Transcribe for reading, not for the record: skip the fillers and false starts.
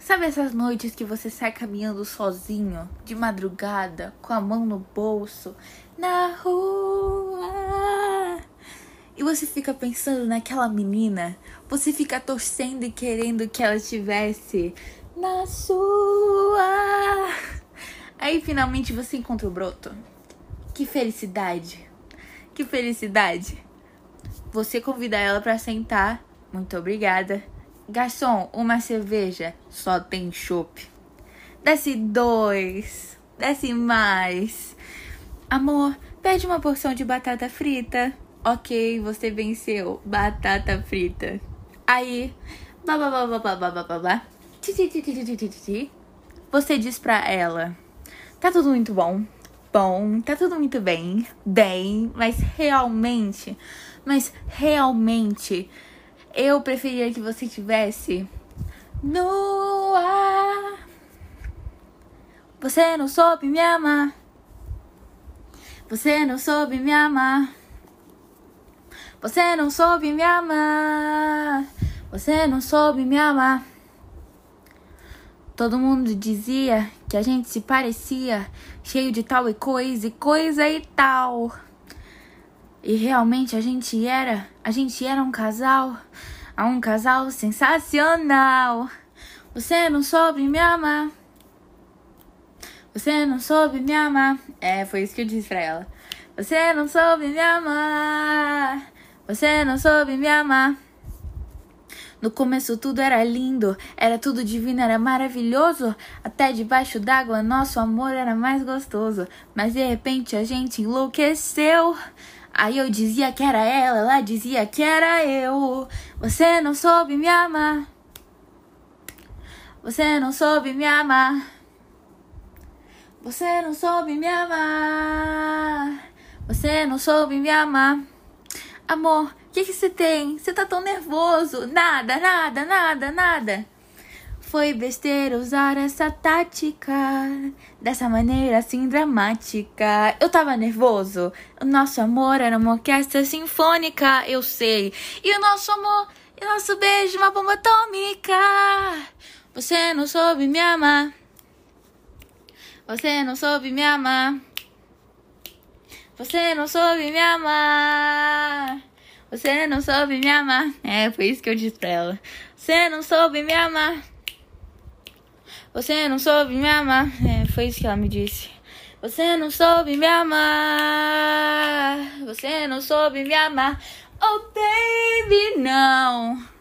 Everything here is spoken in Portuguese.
Sabe essas noites que você sai caminhando sozinho, de madrugada, com a mão no bolso, na rua? E você fica pensando naquela menina, você fica torcendo e querendo que ela estivesse na sua. Aí finalmente você encontra o broto. Que felicidade! Que felicidade! Você convida ela pra sentar. Muito obrigada. Garçom, uma cerveja. Só tem chopp. Desce 2. Desce mais. Amor, pede uma porção de batata frita. Ok, você venceu. Batata frita. Aí, você diz pra ela: tá tudo muito bom. Bom, tá tudo muito bem. Bem, mas realmente, eu preferia que você tivesse no ar. Você não soube me amar. Você não soube me amar. Você não soube me amar. Você não soube me amar. Todo mundo dizia que a gente se parecia, cheio de tal e coisa e tal. E realmente a gente era um casal sensacional. Você não soube me amar. Você não soube me amar. Foi isso que eu disse pra ela. Você não soube me amar. Você não soube me amar. No começo tudo era lindo, era tudo divino, era maravilhoso. Até debaixo d'água nosso amor era mais gostoso. Mas de repente a gente enlouqueceu. Aí eu dizia que era ela dizia que era eu. Você não soube me amar. Você não soube me amar. Você não soube me amar. Você não soube me amar. Amor, o que você tem? Você tá tão nervoso. Nada. Foi besteira usar essa tática, dessa maneira assim dramática. Eu tava nervoso. O nosso amor era uma orquestra sinfônica, eu sei. E o nosso amor, e o nosso beijo, uma bomba atômica. Você não soube me amar. Você não soube me amar. Você não soube me amar. Você não soube me amar. Foi isso que eu disse pra ela. Você não soube me amar. Você não soube me amar. Foi isso que ela me disse. Você não soube me amar. Você não soube me amar. Oh, baby, não.